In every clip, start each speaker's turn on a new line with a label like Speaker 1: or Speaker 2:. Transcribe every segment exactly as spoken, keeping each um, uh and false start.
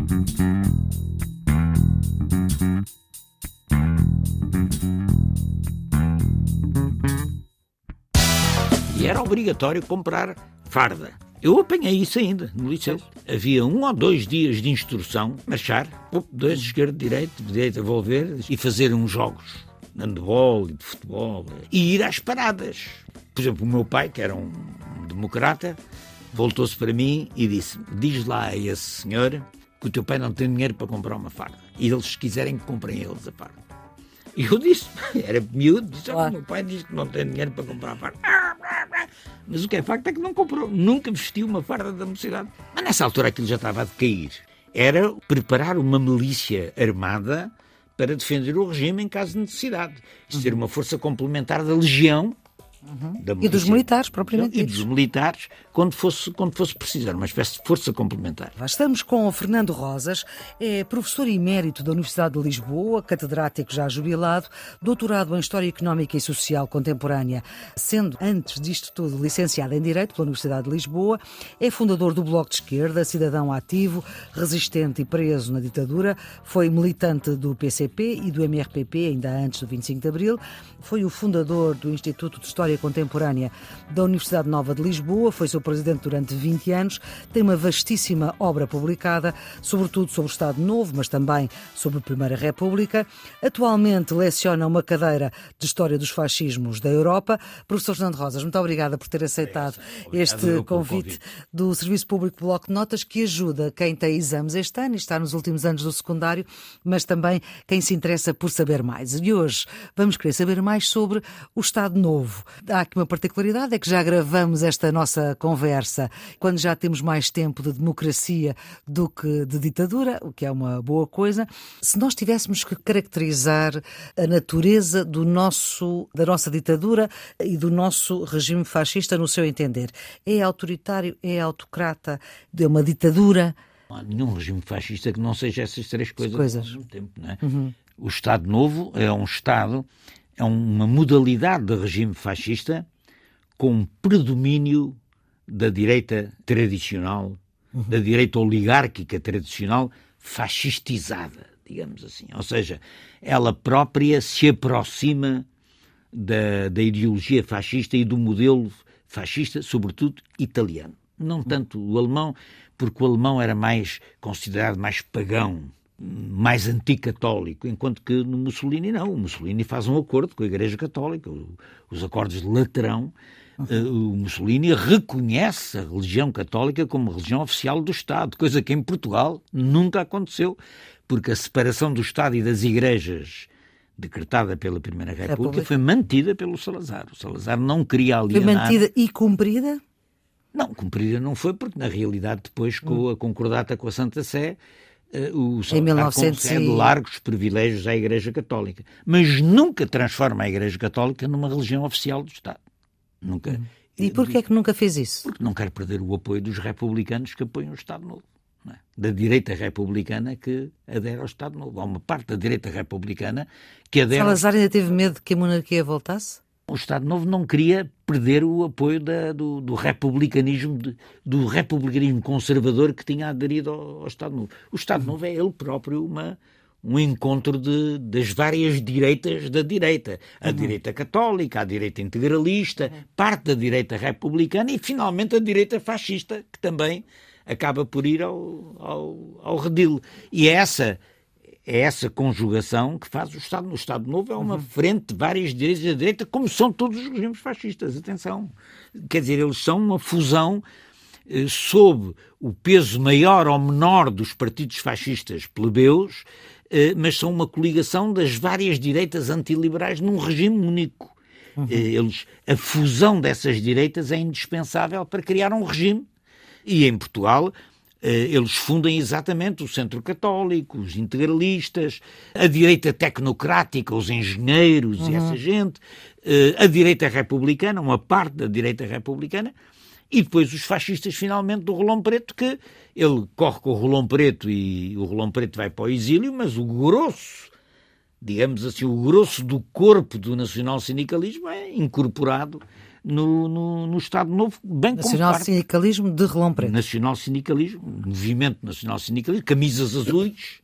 Speaker 1: E era obrigatório comprar farda. Eu apanhei isso ainda, no liceu. Havia um ou dois dias de instrução, marchar, dois, esquerda, direito, direita, volver, e fazer uns jogos de handebol e de futebol, e ir às paradas. Por exemplo, o meu pai, que era um democrata, voltou-se para mim e disse: diz lá a esse senhor que o teu pai não tem dinheiro para comprar uma farda. E eles, se quiserem, que comprem eles a farda. E eu disse, era miúdo, disse:
Speaker 2: Claro.
Speaker 1: o meu pai diz que não tem dinheiro para comprar a farda. Mas o que é facto é que não comprou, nunca vestiu uma farda da mocidade. Mas nessa altura aquilo já estava a decair. Era preparar uma milícia armada para defender o regime em caso de necessidade. Isso ser uma força complementar da legião.
Speaker 2: Uhum.
Speaker 1: Da
Speaker 2: E dos militares, propriamente
Speaker 1: E
Speaker 2: ditos.
Speaker 1: dos militares, quando fosse, quando fosse precisar, uma espécie de força complementar.
Speaker 2: Estamos com o Fernando Rosas, é professor emérito da Universidade de Lisboa, catedrático já jubilado, doutorado em História Económica e Social Contemporânea, sendo, antes disto tudo, licenciado em Direito pela Universidade de Lisboa, é fundador do Bloco de Esquerda, cidadão ativo, resistente e preso na ditadura, foi militante do P C P e do M R P P, ainda antes do vinte e cinco de Abril, foi o fundador do Instituto de História Contemporânea da Universidade Nova de Lisboa, foi seu presidente durante vinte anos, tem uma vastíssima obra publicada, sobretudo sobre o Estado Novo, mas também sobre a Primeira República. Atualmente leciona uma cadeira de História dos Fascismos da Europa. Professor Fernando Rosas, muito obrigada por ter aceitado
Speaker 1: Obrigado
Speaker 2: este
Speaker 1: eu pelo
Speaker 2: convite
Speaker 1: convite.
Speaker 2: do Serviço Público de Bloco de Notas, que ajuda quem tem exames este ano e está nos últimos anos do secundário, mas também quem se interessa por saber mais. E hoje vamos querer saber mais sobre o Estado Novo. Há aqui uma particularidade, é que já gravamos esta nossa conversa quando já temos mais tempo de democracia do que de ditadura, o que é uma boa coisa. Se nós tivéssemos que caracterizar a natureza do nosso, da nossa ditadura e do nosso regime fascista, no seu entender, é autoritário, é autocrata, é uma ditadura?
Speaker 1: Não há nenhum regime fascista que não seja essas três coisas,
Speaker 2: coisas.
Speaker 1: ao mesmo tempo. Não é?
Speaker 2: Uhum.
Speaker 1: O Estado Novo é um Estado, é uma modalidade de regime fascista com um predomínio da direita tradicional, uhum. da direita oligárquica tradicional, fascistizada, digamos assim. Ou seja, ela própria se aproxima da, da ideologia fascista e do modelo fascista, sobretudo italiano. Não tanto o alemão, porque o alemão era mais considerado mais pagão, mais anticatólico, enquanto que no Mussolini não. O Mussolini faz um acordo com a Igreja Católica, os acordos de Laterão. O Mussolini reconhece a religião católica como religião oficial do Estado, coisa que em Portugal nunca aconteceu, porque a separação do Estado e das igrejas decretada pela Primeira República, República. foi mantida pelo Salazar. O Salazar não queria alienar...
Speaker 2: Foi mantida e cumprida?
Speaker 1: Não, cumprida não foi, porque na realidade depois com a concordata com a Santa Sé, o Salazar concede largos privilégios à Igreja Católica, mas nunca transforma a Igreja Católica numa religião oficial do Estado. Nunca. Hum.
Speaker 2: E porquê é que nunca fez isso?
Speaker 1: Porque não quer perder o apoio dos republicanos que apoiam o Estado Novo. Não é? Da direita republicana que adere ao Estado Novo. Há uma parte da direita republicana que adere...
Speaker 2: Salazar ainda teve medo de que a monarquia voltasse?
Speaker 1: O Estado Novo não queria perder o apoio da, do, do republicanismo de, do republicanismo conservador que tinha aderido ao, ao Estado Novo. O Estado Novo é ele próprio uma... um encontro de, das várias direitas da direita. A uhum. direita católica, a direita integralista, uhum. parte da direita republicana e, finalmente, a direita fascista, que também acaba por ir ao, ao, ao redil. E é essa, é essa conjugação que faz o Estado. O Estado Novo é uma uhum. frente de várias direitas da direita, como são todos os regimes fascistas. Atenção. Quer dizer, eles são uma fusão eh, sob o peso maior ou menor dos partidos fascistas plebeus, mas são uma coligação das várias direitas antiliberais num regime único. Uhum. Eles, a fusão dessas direitas é indispensável para criar um regime. E em Portugal eles fundem exatamente o centro católico, os integralistas, a direita tecnocrática, os engenheiros uhum. e essa gente, a direita republicana, uma parte da direita republicana, e depois os fascistas, finalmente, do Rolão Preto, que ele corre com o Rolão Preto e o Rolão Preto vai para o exílio, mas o grosso, digamos assim, o grosso do corpo do nacional-sindicalismo é incorporado no, no, no Estado Novo, bem como
Speaker 2: Nacional
Speaker 1: parte...
Speaker 2: Sindicalismo de Relão Preto.
Speaker 1: Nacional Sindicalismo, Movimento Nacional Sindicalismo, camisas azuis.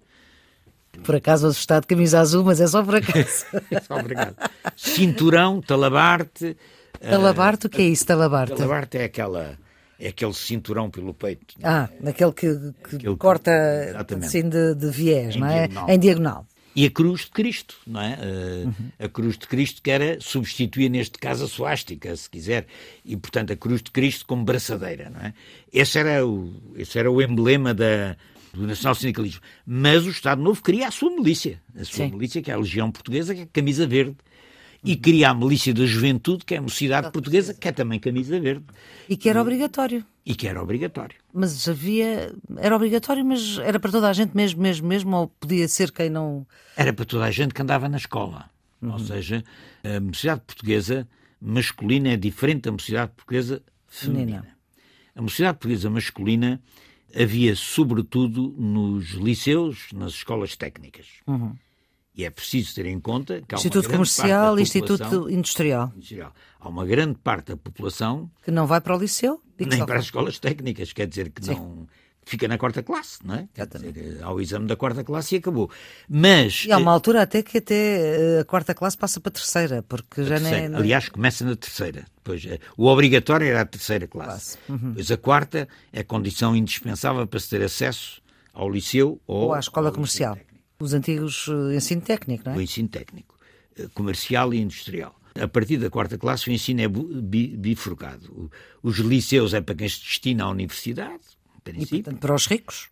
Speaker 2: Por acaso hoje está de camisa azul, mas é só por acaso.
Speaker 1: É só por acaso. Cinturão, talabarte.
Speaker 2: Talabarte, uh, o que é isso, talabarte?
Speaker 1: Talabarte é aquela... É aquele cinturão pelo peito.
Speaker 2: Ah, naquele que, que aquele corta que, assim de, de viés, em não é? Diagonal. Em diagonal.
Speaker 1: E a cruz de Cristo, não é? Uh, uhum. A cruz de Cristo que era substituir, neste caso, a suástica, se quiser. E, portanto, a cruz de Cristo como braçadeira, não é? Esse era o, esse era o emblema da, do nacional-sindicalismo. Mas o Estado Novo queria a sua milícia. A sua Sim. milícia, que é a Legião Portuguesa, que é a camisa verde. E queria a milícia da juventude, que é a Mocidade Portuguesa, que é também camisa verde.
Speaker 2: E que era obrigatório.
Speaker 1: E que era obrigatório.
Speaker 2: Mas havia... Era obrigatório, mas era para toda a gente mesmo, mesmo, mesmo? Ou podia ser quem não...
Speaker 1: Era para toda a gente que andava na escola. Uhum. Ou seja, a Mocidade Portuguesa masculina é diferente da Mocidade Portuguesa feminina. Menina. A Mocidade Portuguesa masculina havia, sobretudo, nos liceus, nas escolas técnicas. Uhum. E é preciso ter em conta que há
Speaker 2: Instituto
Speaker 1: uma
Speaker 2: Comercial e Instituto Industrial.
Speaker 1: Industrial. Há uma grande parte da população...
Speaker 2: Que não vai para o liceu?
Speaker 1: Nem para as escolas técnicas, quer dizer que Sim. não... Fica na quarta classe, não é? Quer dizer, há o exame da quarta classe e acabou. Mas...
Speaker 2: E há uma altura até que até a quarta classe passa para a terceira, porque já
Speaker 1: terceira.
Speaker 2: nem...
Speaker 1: Aliás, começa na terceira. Depois, o obrigatório era a terceira classe. classe. Uhum. Pois a quarta é condição indispensável para se ter acesso ao liceu ou,
Speaker 2: ou à escola comercial. Os antigos uh, ensino técnico, não é?
Speaker 1: O ensino técnico, uh, comercial e industrial. A partir da quarta classe o ensino é bi, bifurcado. O, os liceus é para quem se destina à universidade, em princípio.
Speaker 2: E, portanto, para os ricos.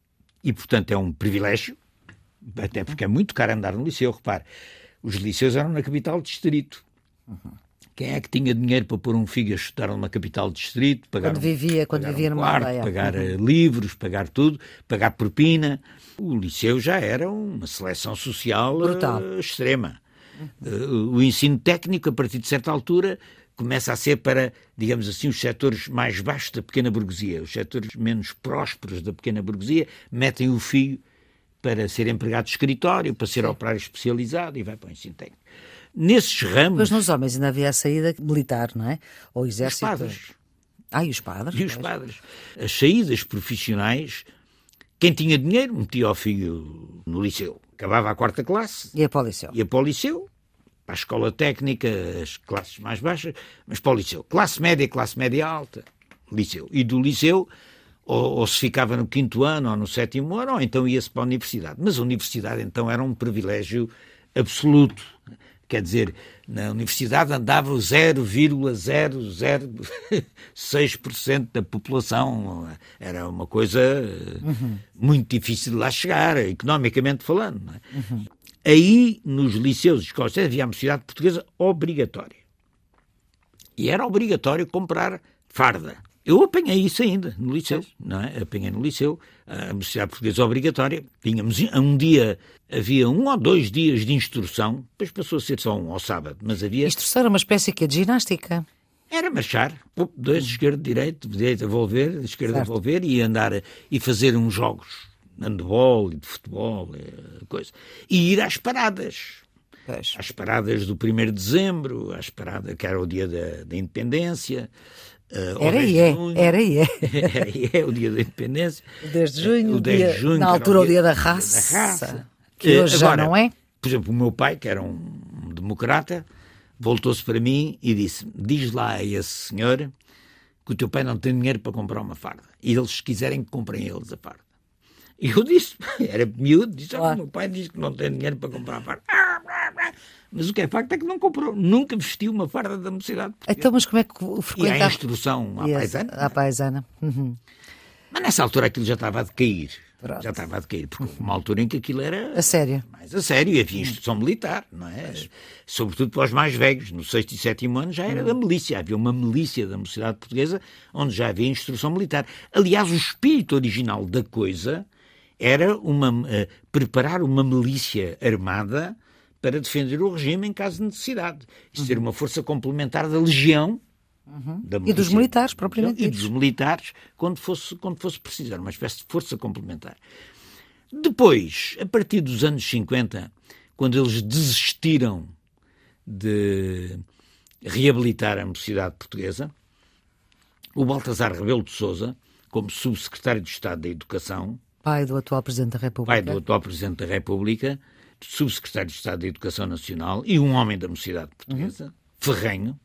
Speaker 1: E, portanto, é um privilégio, até porque é muito caro andar no liceu. Repare, os liceus eram na capital do distrito. Uhum. Quem é que tinha dinheiro para pôr um filho a estudar numa capital do distrito? Pagar
Speaker 2: quando vivia,
Speaker 1: um,
Speaker 2: quando
Speaker 1: pagar
Speaker 2: vivia
Speaker 1: um
Speaker 2: numa
Speaker 1: quarto,
Speaker 2: aldeia.
Speaker 1: Pagar
Speaker 2: uhum.
Speaker 1: livros, pagar tudo, pagar propina. O liceu já era uma seleção social uh, extrema. Uhum. Uh, o ensino técnico, a partir de certa altura, começa a ser para, digamos assim, os setores mais baixos da pequena burguesia. Os setores menos prósperos da pequena burguesia metem o filho para ser empregado de escritório, para ser Sim. operário especializado e vai para o ensino técnico. Nesses ramos...
Speaker 2: Mas nos homens ainda havia a saída militar, não é? Ou exército...
Speaker 1: Os padres.
Speaker 2: Ah, e os padres?
Speaker 1: E os padres. As saídas profissionais, quem tinha dinheiro metia o filho no liceu. Acabava a quarta classe.
Speaker 2: Ia para o liceu.
Speaker 1: Ia para o liceu, para a escola técnica, as classes mais baixas, mas para o liceu. Classe média, classe média alta, liceu. E do liceu, ou, ou se ficava no quinto ano ou no sétimo ano, ou então ia-se para a universidade. Mas a universidade, então, era um privilégio absoluto. Quer dizer, na universidade andava zero vírgula zero zero seis por cento da população. Era uma coisa uhum. muito difícil de lá chegar, economicamente falando. Não é? Uhum. Aí, nos liceus e escolas havia a Mocidade Portuguesa obrigatória. E era obrigatório comprar farda. Eu apanhei isso ainda no liceu, não é? Apanhei no liceu a Mocidade Portuguesa obrigatória. Tínhamos um dia, havia um ou dois dias de instrução, depois passou a ser só um ao sábado, mas havia...
Speaker 2: Instrução era uma espécie de ginástica?
Speaker 1: Era marchar, dois, esquerdo, direito, direito a volver, esquerda a volver e andar e fazer uns jogos de handball e de futebol, coisa. E ir às paradas. Pois. Às paradas do primeiro de dezembro, às paradas que era o dia da, da independência.
Speaker 2: Uh, era e é, era e é.
Speaker 1: Era e é, o dia da independência.
Speaker 2: O dez de junho,
Speaker 1: o dez de junho
Speaker 2: na altura o dia, o dia da, raça, da raça, que hoje Agora, já não é.
Speaker 1: Por exemplo, o meu pai, que era um democrata, voltou-se para mim e disse: diz lá a esse senhor que o teu pai não tem dinheiro para comprar uma farda. E eles, se quiserem, que comprem eles a farda. E eu disse, era miúdo, disse, ah, o meu pai diz que não tem dinheiro para comprar a farda. Mas o que é facto é que não comprou, nunca vestiu uma farda da Mocidade Portuguesa.
Speaker 2: Então, mas como é que frequentava?
Speaker 1: E há instrução à paisana.
Speaker 2: À paisana. Uhum.
Speaker 1: Mas nessa altura aquilo já estava a decair. Pronto. Já estava a decair, porque houve uma altura em que aquilo era...
Speaker 2: A sério.
Speaker 1: Mais a sério, e havia instrução militar, não é? Mas... Sobretudo para os mais velhos. No sexto e sétimo ano já era uhum. da milícia. Havia uma milícia da Mocidade Portuguesa onde já havia instrução militar. Aliás, o espírito original da coisa era uma, uh, preparar uma milícia armada para defender o regime em caso de necessidade. Isso uhum. ser uma força complementar da legião.
Speaker 2: Uhum. Da milícia, e dos militares, propriamente
Speaker 1: E dos militares, quando fosse, quando fosse preciso. Era uma espécie de força complementar. Depois, a partir dos anos cinquenta, quando eles desistiram de, reabilitar a mocidade portuguesa. O Baltasar Rebelo de Sousa, como subsecretário de Estado da Educação,
Speaker 2: pai do atual Presidente da República,
Speaker 1: pai do atual Presidente da República, subsecretário de Estado da Educação Nacional e um homem da mocidade portuguesa, uhum. ferrenho,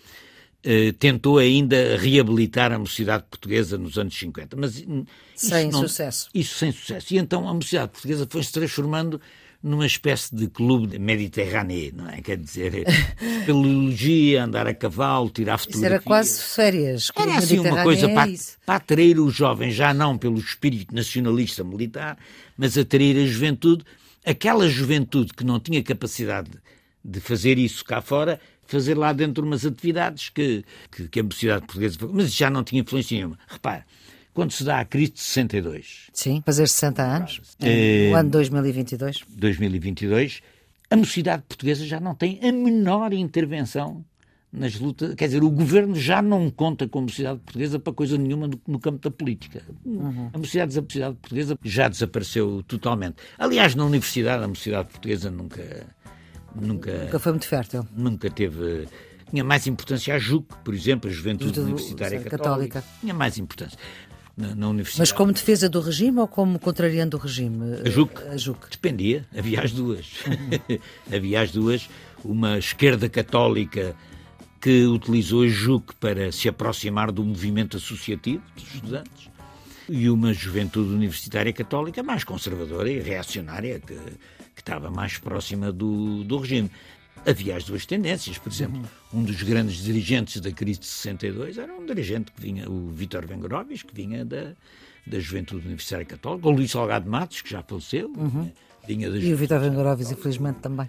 Speaker 1: eh, tentou ainda reabilitar a mocidade portuguesa nos anos cinquenta. Mas
Speaker 2: sem
Speaker 1: não,
Speaker 2: sucesso.
Speaker 1: Isso sem sucesso. E então a mocidade portuguesa foi-se transformando numa espécie de clube mediterrâneo, não é? Quer dizer, filologia, andar a cavalo, tirar fotografias.
Speaker 2: Isso era quase férias.
Speaker 1: Era assim uma coisa é para, para atrair os jovens, já não pelo espírito nacionalista militar, mas atrair a juventude, aquela juventude que não tinha capacidade de fazer isso cá fora, fazer lá dentro umas atividades que, que, que a mocidade portuguesa... Mas já não tinha influência nenhuma. Repara, quando se dá a crise de sessenta e dois...
Speaker 2: Sim, fazer sessenta anos,
Speaker 1: é,
Speaker 2: no ano dois mil e vinte e dois.
Speaker 1: dois mil e vinte e dois, a mocidade portuguesa já não tem a menor intervenção nas lutas. Quer dizer, o governo já não conta com a mocidade portuguesa para coisa nenhuma no, no campo da política. Uhum. A mocidade, a mocidade portuguesa já desapareceu totalmente. Aliás, na universidade, a mocidade portuguesa nunca... Nunca,
Speaker 2: nunca foi muito fértil.
Speaker 1: Nunca teve... Tinha mais importância a J U C, por exemplo, a Juventude do, Universitária Católica. Católica. Tinha mais importância. Na, na universidade.
Speaker 2: Mas como defesa do regime ou como contrariando o regime?
Speaker 1: A J U C.
Speaker 2: A J U C.
Speaker 1: Dependia. Havia as duas. Uhum. Havia as duas. Uma esquerda católica que utilizou a J U C para se aproximar do movimento associativo dos estudantes e uma juventude universitária católica mais conservadora e reacionária que, que estava mais próxima do, do regime. Havia as duas tendências, por exemplo, uhum. um dos grandes dirigentes da crise de sessenta e dois era um dirigente que vinha, o Vítor Vengorovich, que vinha da, da Juventude Universitária Católica, o Luís Salgado Matos, que já faleceu,
Speaker 2: uhum.
Speaker 1: vinha da
Speaker 2: E o Vítor Vengorovich, infelizmente, também.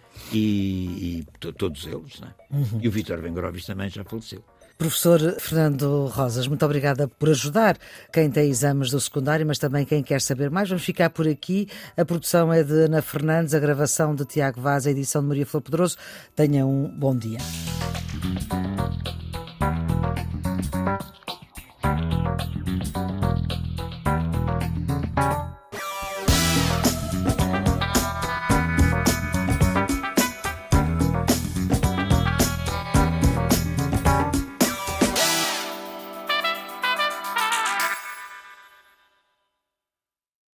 Speaker 1: E, e todos eles, não é? Uhum. E o Vítor Vengorovich também já faleceu.
Speaker 2: Professor Fernando Rosas, muito obrigada por ajudar quem tem exames do secundário, mas também quem quer saber mais. Vamos ficar por aqui. A produção é de Ana Fernandes, a gravação de Tiago Vaz, a edição de Maria Flor Pedroso. Tenha um bom dia.